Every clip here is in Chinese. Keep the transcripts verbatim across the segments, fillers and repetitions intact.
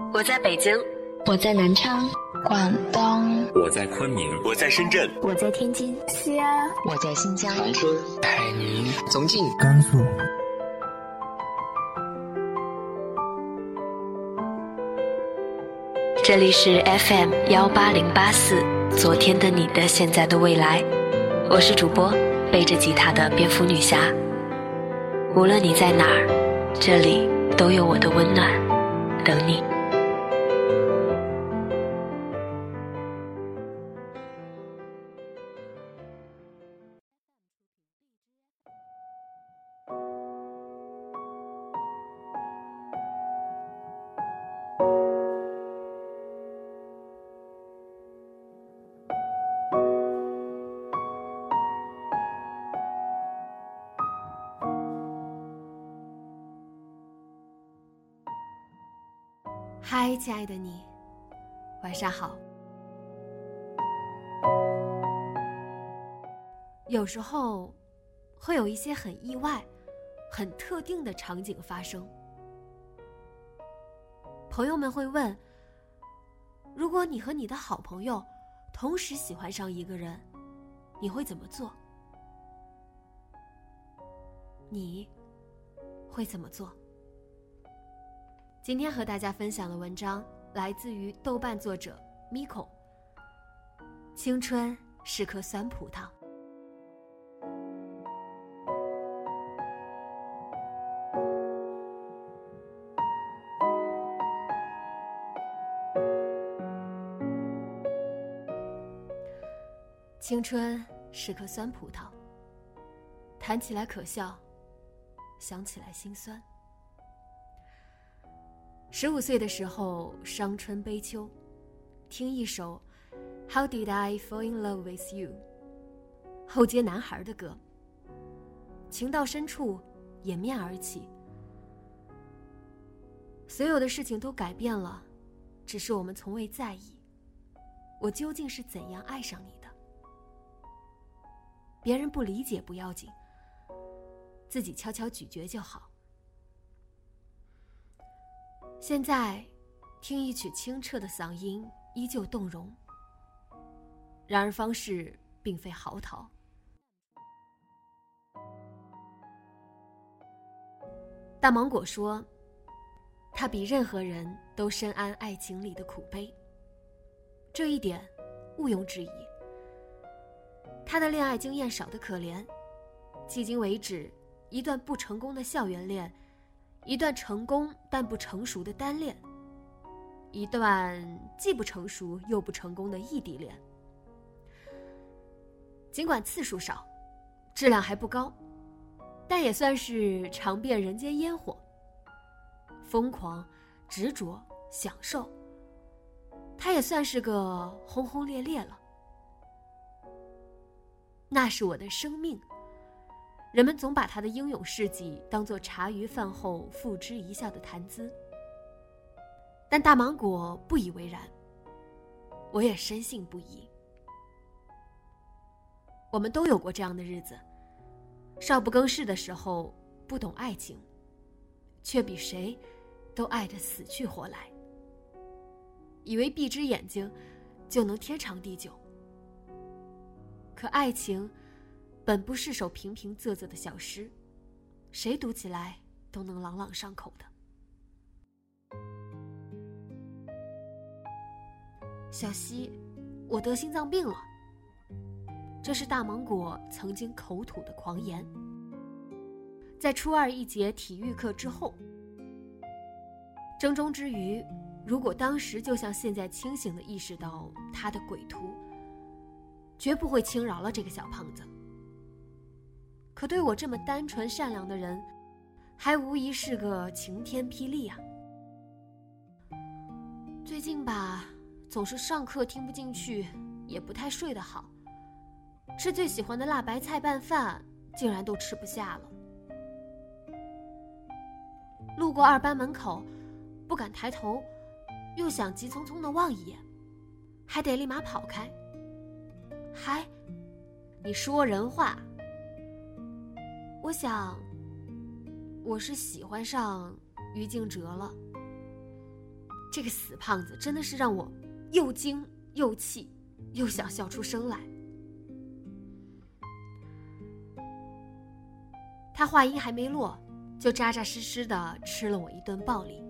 我在北京， 我在南昌， 广东， 我在昆明， 我在深圳， 我在天津， 西安， 我在新疆， 长春， 海宁， 重庆， 甘肃。 这里是 F M 幺八零八四，昨天的你的现在的未来，我是主播背着吉他的蝙蝠女侠。无论你在哪儿，这里都有我的温暖等你。 嗨，亲爱的你，晚上好。有时候会有一些很意外、很特定的场景发生。朋友们会问，如果你和你的好朋友同时喜欢上一个人，你会怎么做？你会怎么做？今天和大家分享的文章来自于豆瓣作者 Miko。 青春是颗酸葡萄。青春是颗酸葡萄，谈起来可笑，想起来心酸。十五岁的时候，伤春悲秋，听一首 How Did I Fall in Love with You， 后街男孩的歌，情到深处掩面而起。所有的事情都改变了，只是我们从未在意，我究竟是怎样爱上你的。别人不理解不要紧，自己悄悄咀嚼就好。现在听一曲清澈的嗓音依旧动容，然而方式并非嚎啕。大芒果说，他比任何人都深谙爱情里的苦悲，这一点毋庸置疑。他的恋爱经验少得可怜，迄今为止，一段不成功的校园恋，一段成功但不成熟的单恋，一段既不成熟又不成功的异地恋。尽管次数少，质量还不高，但也算是尝遍人间烟火。疯狂、执着、享受，他也算是个轰轰烈烈了。那是我的生命，人们总把他的英勇事迹当作茶余饭后付之一笑的谈资，但大芒果不以为然，我也深信不疑。我们都有过这样的日子，少不更事的时候不懂爱情，却比谁都爱得死去活来，以为闭只眼睛就能天长地久。可爱情本不是首平平仄仄的小诗，谁读起来都能朗朗上口的。小溪，我得心脏病了，这是大芒果曾经口吐的狂言。在初二一节体育课之后，争中之余，如果当时就像现在清醒地意识到他的鬼途，绝不会轻饶了这个小胖子。可对我这么单纯善良的人，还无疑是个晴天霹雳啊。最近吧，总是上课听不进去，也不太睡得好，吃最喜欢的辣白菜拌饭竟然都吃不下了。路过二班门口，不敢抬头，又想急匆匆地望一眼，还得立马跑开。嗨，你说人话。我想，我是喜欢上于静哲了。 这个死胖子真的是让我又惊又气，又想笑出声来。他话音还没落，就扎扎实实的吃了我一顿暴力。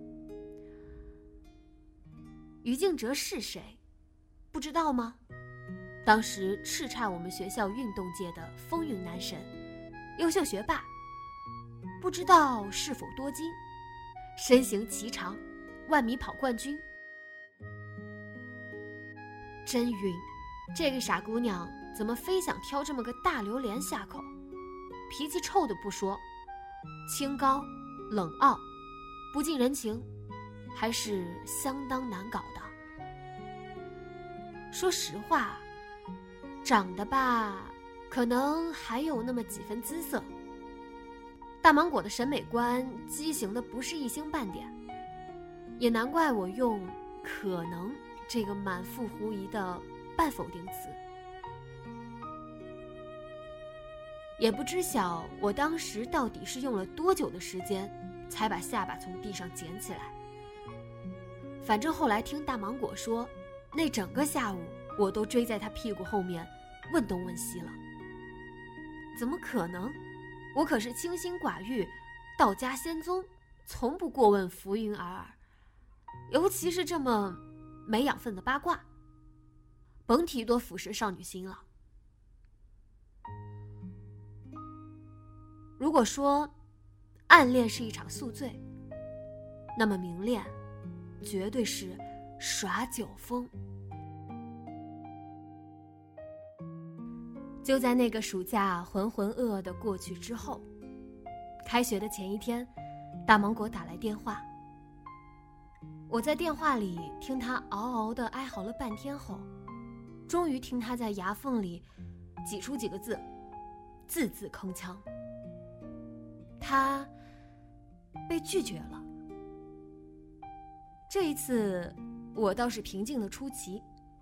于敬哲是谁？不知道吗？当时叱咤我们学校运动界的风云男神，优秀学霸，不知道是否多金，身形颀长，万米跑冠军。真晕，这个傻姑娘怎么非想挑这么个大榴莲下口？脾气臭的不说，清高冷傲，不近人情，还是相当难搞的。说实话，长得吧，可能还有那么几分姿色。大芒果的审美观畸形的不是一星半点，也难怪我用可能这个满腹狐疑的半否定词。也不知晓我当时到底是用了多久的时间才把下巴从地上捡起来。反正后来听大芒果说，那整个下午我都追在他屁股后面问东问西了。怎么可能？我可是清心寡欲，道家仙宗，从不过问浮云尔尔，尤其是这么没养分的八卦，甭提多腐蚀少女心了。如果说暗恋是一场宿醉，那么明恋绝对是耍酒疯。就在那个暑假浑浑噩噩的过去之后，开学的前一天，大芒果打来电话。我在电话里听他嗷嗷的哀嚎了半天后，终于听他在牙缝里挤出几个字，字字铿锵。他被拒绝了。这一次我倒是平静的出奇，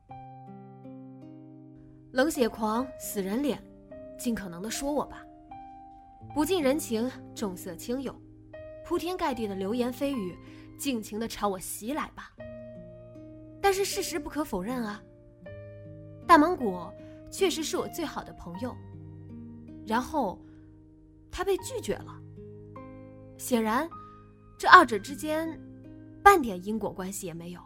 冷血狂死人脸，尽可能的说我吧，不近人情，重色轻友，铺天盖地的流言蜚语，尽情的朝我袭来吧。但是事实不可否认啊，大芒果确实是我最好的朋友，然后他被拒绝了。显然这二者之间半点因果关系也没有。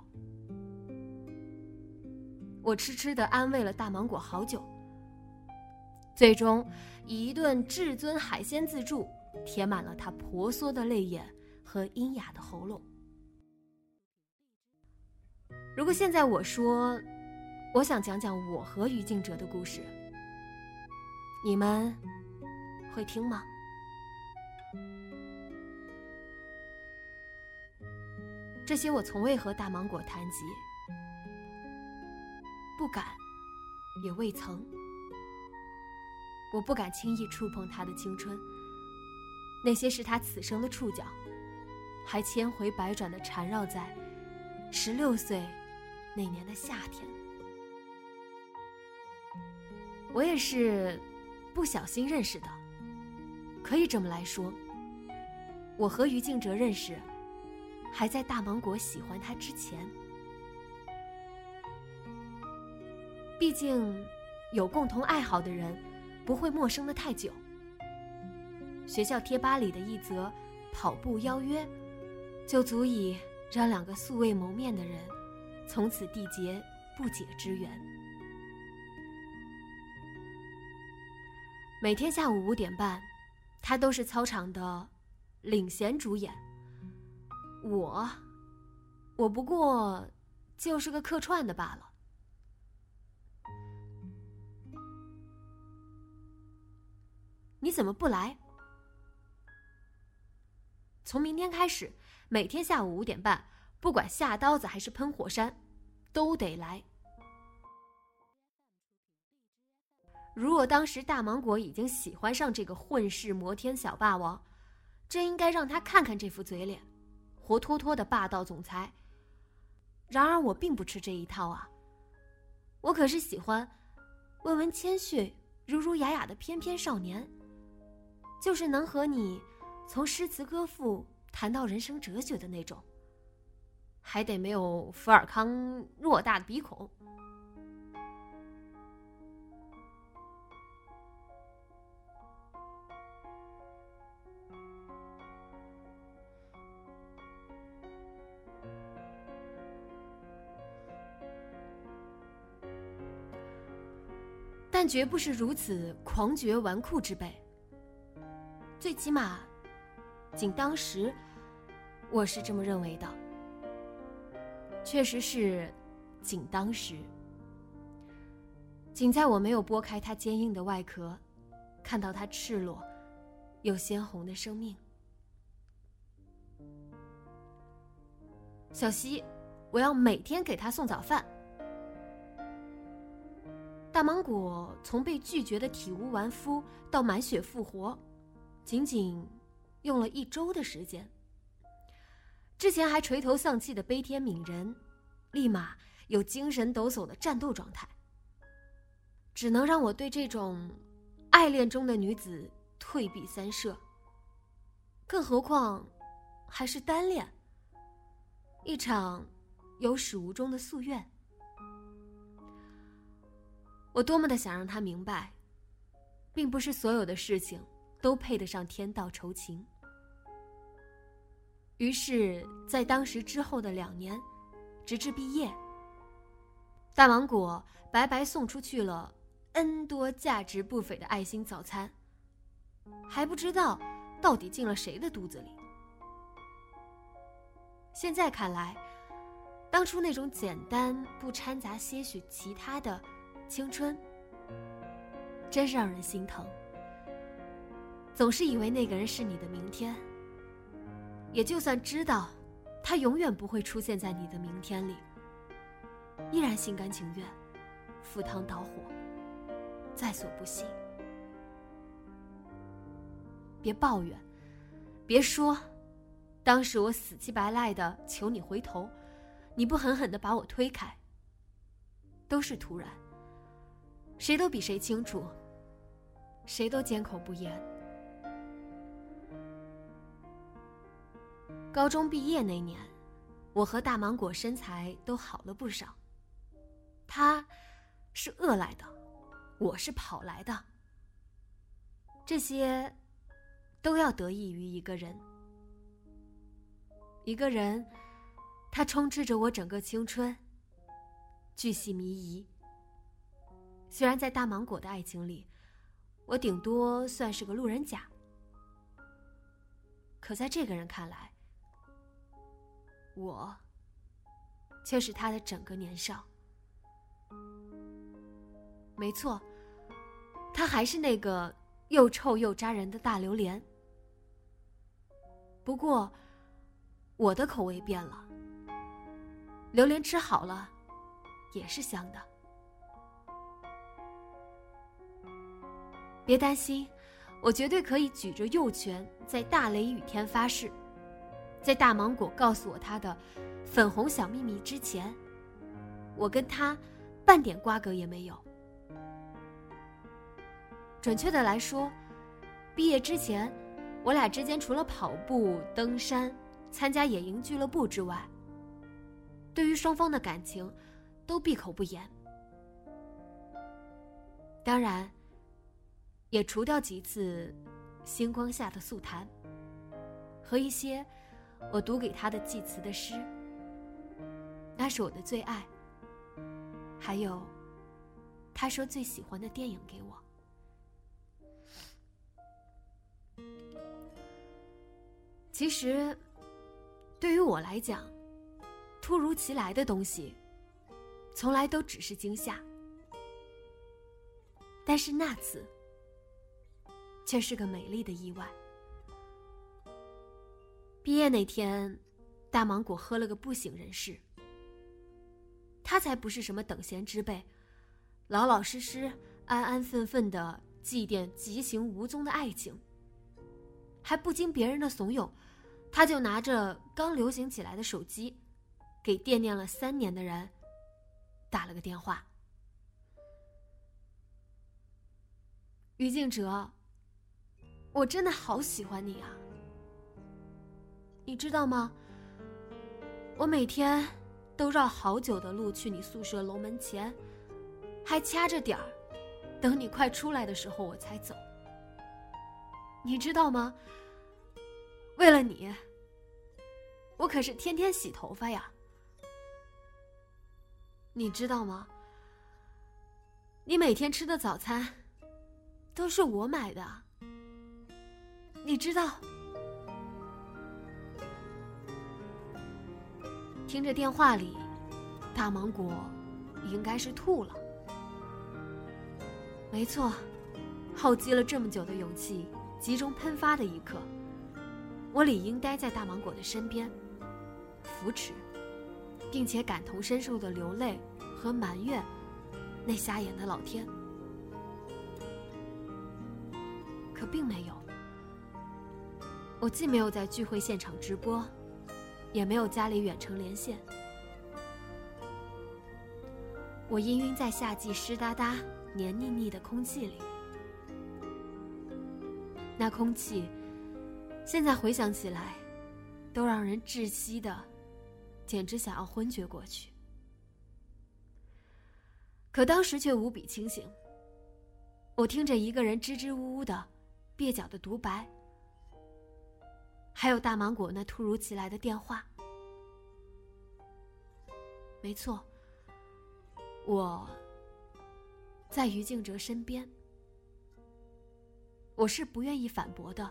我痴痴地安慰了大芒果好久，最终以一顿至尊海鲜自助填满了他婆娑的泪眼和阴哑的喉咙。如果现在我说我想讲讲我和于敬哲的故事，你们会听吗？这些我从未和大芒果谈及，不敢，也未曾。我不敢轻易触碰他的青春，那些是他此生的触角，还千回百转地缠绕在十六岁那年的夏天。我也是不小心认识的，可以这么来说，我和于敬哲认识还在大芒果喜欢他之前。毕竟有共同爱好的人不会陌生的太久，学校贴吧里的一则跑步邀约就足以让两个素未谋面的人从此缔结不解之缘。每天下午五点半，他都是操场的领衔主演，我我不过就是个客串的罢了。你怎么不来？从明天开始，每天下午五点半，不管下刀子还是喷火山，都得来。如果当时大芒果已经喜欢上这个混世摩天小霸王，真应该让他看看这副嘴脸，活脱脱的霸道总裁。然而我并不吃这一套啊，我可是喜欢温文谦逊、儒儒雅雅的翩翩少年，就是能和你从诗词歌赋谈到人生哲学的那种， 还得没有福尔康偌大的鼻孔。但绝不是如此狂狷纨绔之辈，最起码仅当时我是这么认为的，确实是仅当时，仅在我没有拨开它坚硬的外壳，看到它赤裸又鲜红的生命。小西，我要每天给他送早饭。大芒果从被拒绝的体无完肤到满血复活，仅仅用了一周的时间。之前还垂头丧气的悲天悯人，立马有精神抖擞的战斗状态，只能让我对这种爱恋中的女子退避三舍。更何况还是单恋，一场有始无终的夙愿。我多么的想让他明白，并不是所有的事情都配得上天道酬勤。于是在当时之后的两年，直至毕业，大芒果白白送出去了 N 多价值不菲的爱心早餐，还不知道到底进了谁的肚子里。现在看来，当初那种简单不掺杂些许其他的青春，真是让人心疼。总是以为那个人是你的明天，也就算知道他永远不会出现在你的明天里，依然心甘情愿赴汤蹈火，在所不惜。别抱怨，别说当时我死乞白赖的求你回头，你不狠狠地把我推开，都是突然，谁都比谁清楚，谁都缄口不言。高中毕业那年，我和大芒果身材都好了不少。他是饿来的，我是跑来的，这些都要得益于一个人。一个人，他充斥着我整个青春，巨细靡遗。虽然在大芒果的爱情里，我顶多算是个路人甲，可在这个人看来，我却是他的整个年少。没错，他还是那个又臭又扎人的大榴莲，不过我的口味变了，榴莲吃好了也是香的。别担心，我绝对可以举着右拳在大雷雨天发誓，在大芒果告诉我他的粉红小秘密之前，我跟他半点瓜葛也没有。准确的来说，毕业之前，我俩之间除了跑步、登山、参加野营俱乐部之外，对于双方的感情都闭口不言。当然也除掉几次星光下的素谈，和一些我读给他的祭词的诗，那是我的最爱。还有他说最喜欢的电影给我。其实对于我来讲，突如其来的东西从来都只是惊吓，但是那次却是个美丽的意外。毕业那天，大芒果喝了个不省人事。他才不是什么等闲之辈，老老实实、安安分分地祭奠疾行无踪的爱情，还不经别人的怂恿，他就拿着刚流行起来的手机，给惦念了三年的人打了个电话。于静哲，我真的好喜欢你啊，你知道吗？ 我每天都绕好久的路去你宿舍楼门前，还掐着点儿，等你快出来的时候我才走。你知道吗？为了你，我可是天天洗头发呀。你知道吗？你每天吃的早餐都是我买的。你知道？听着电话里，大芒果应该是吐了。没错，耗积了这么久的勇气集中喷发的一刻，我理应待在大芒果的身边，扶持，并且感同身受的流泪和埋怨那瞎眼的老天。可并没有，我既没有在聚会现场直播，也没有家里远程连线，我氤氲在夏季湿哒哒黏腻腻的空气里。那空气现在回想起来都让人窒息的简直想要昏厥过去，可当时却无比清醒。我听着一个人支支吾吾的蹩脚的独白，还有大芒果那突如其来的电话。没错，我在于静哲身边。我是不愿意反驳的。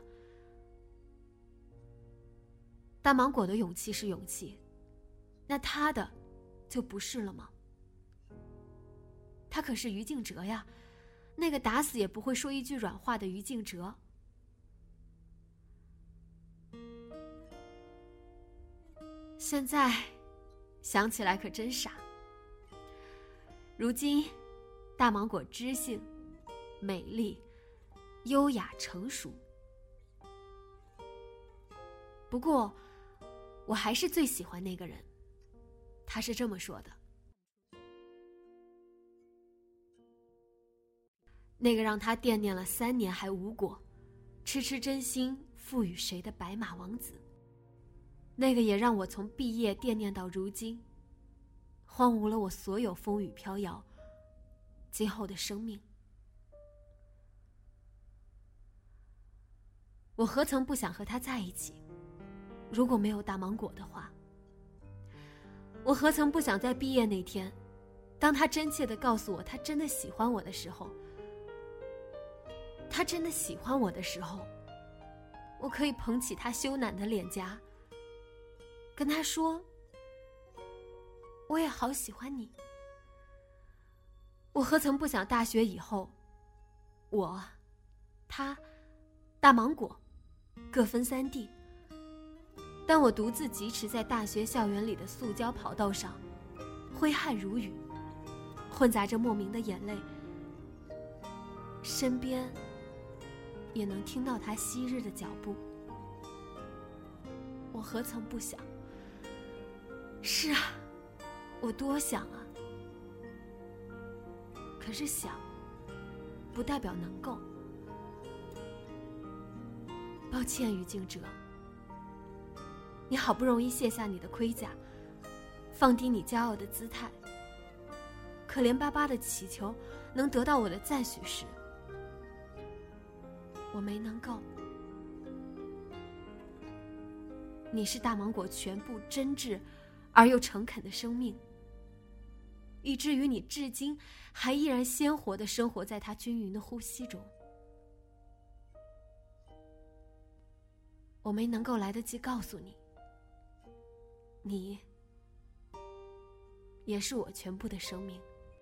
大芒果的勇气是勇气，那他的就不是了吗？他可是于静哲呀，那个打死也不会说一句软话的于静哲。现在想起来可真傻。如今大芒果知性、美丽、优雅、成熟，不过我还是最喜欢那个人。他是这么说的：那个让他惦念了三年还无果，痴痴真心赋予谁的白马王子，那个也让我从毕业惦念到如今，荒芜了我所有风雨飘摇今后的生命。我何曾不想和他在一起？如果没有大芒果的话，我何曾不想在毕业那天，当他真切地告诉我他真的喜欢我的时候，他真的喜欢我的时候，我可以捧起他羞赧的脸颊，跟他说，我也好喜欢你。我何曾不想大学以后，我、他、大芒果各分三地，但我独自疾驰在大学校园里的塑胶跑道上，挥汗如雨，混杂着莫名的眼泪，身边也能听到他昔日的脚步。我何曾不想？是啊，我多想啊。可是想不代表能够。抱歉，于静哲，你好不容易卸下你的盔甲，放低你骄傲的姿态，可怜巴巴的祈求能得到我的赞许时，我没能够。你是大芒果全部真挚而又诚恳的生命，以至于你至今还依然鲜活地生活在它均匀的呼吸中。我没能够来得及告诉你，你也是我全部的生命。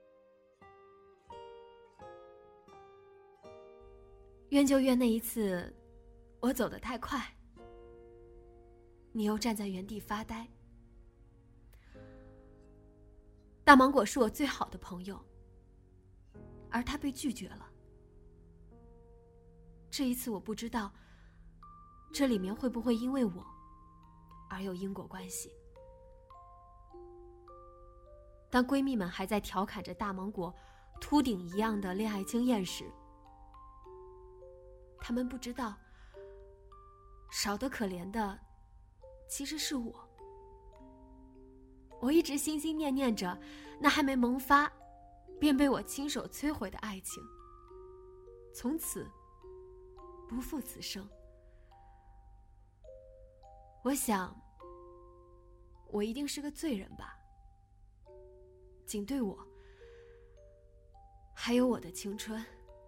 怨就怨那一次我走得太快，你又站在原地发呆。大芒果是我最好的朋友，而他被拒绝了。这一次我不知道这里面会不会因为我而有因果关系。当闺蜜们还在调侃着大芒果秃顶一样的恋爱经验时，她们不知道少得可怜的其实是我。 我一直心心念念着那还没萌发便被我亲手摧毁的爱情，从此不负此生。我想我一定是个罪人吧，仅对我还有我的青春。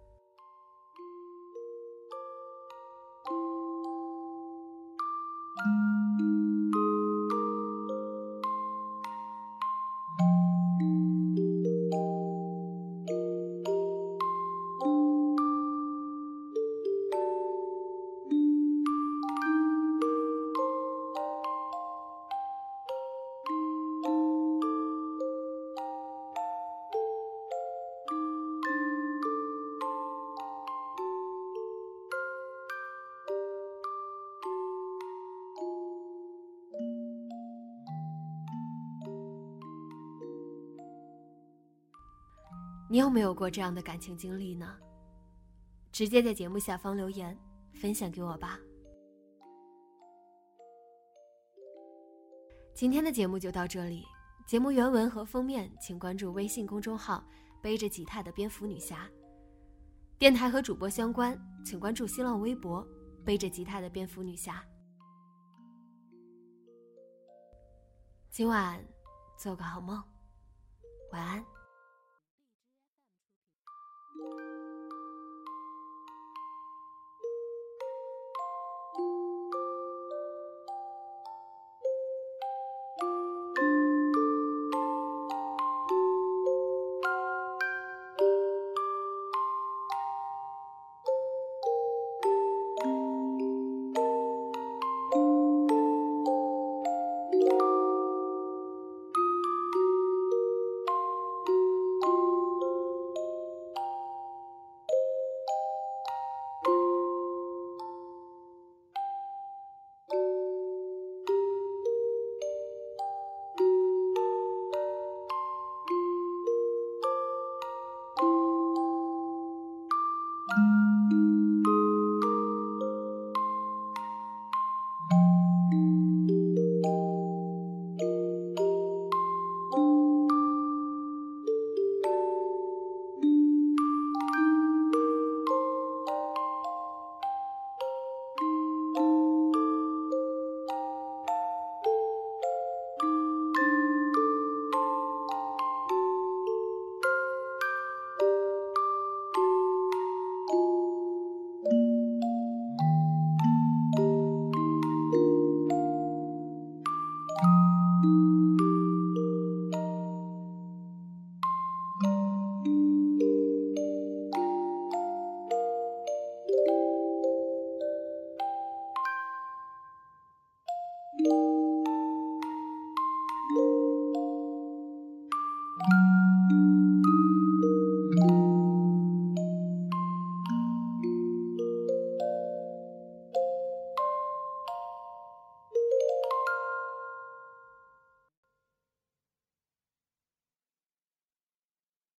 你有没有过这样的感情经历呢？直接在节目下方留言分享给我吧。今天的节目就到这里，节目原文和封面请关注微信公众号背着吉他的蝙蝠女侠，电台和主播相关请关注新浪微博背着吉他的蝙蝠女侠。今晚做个好梦，晚安。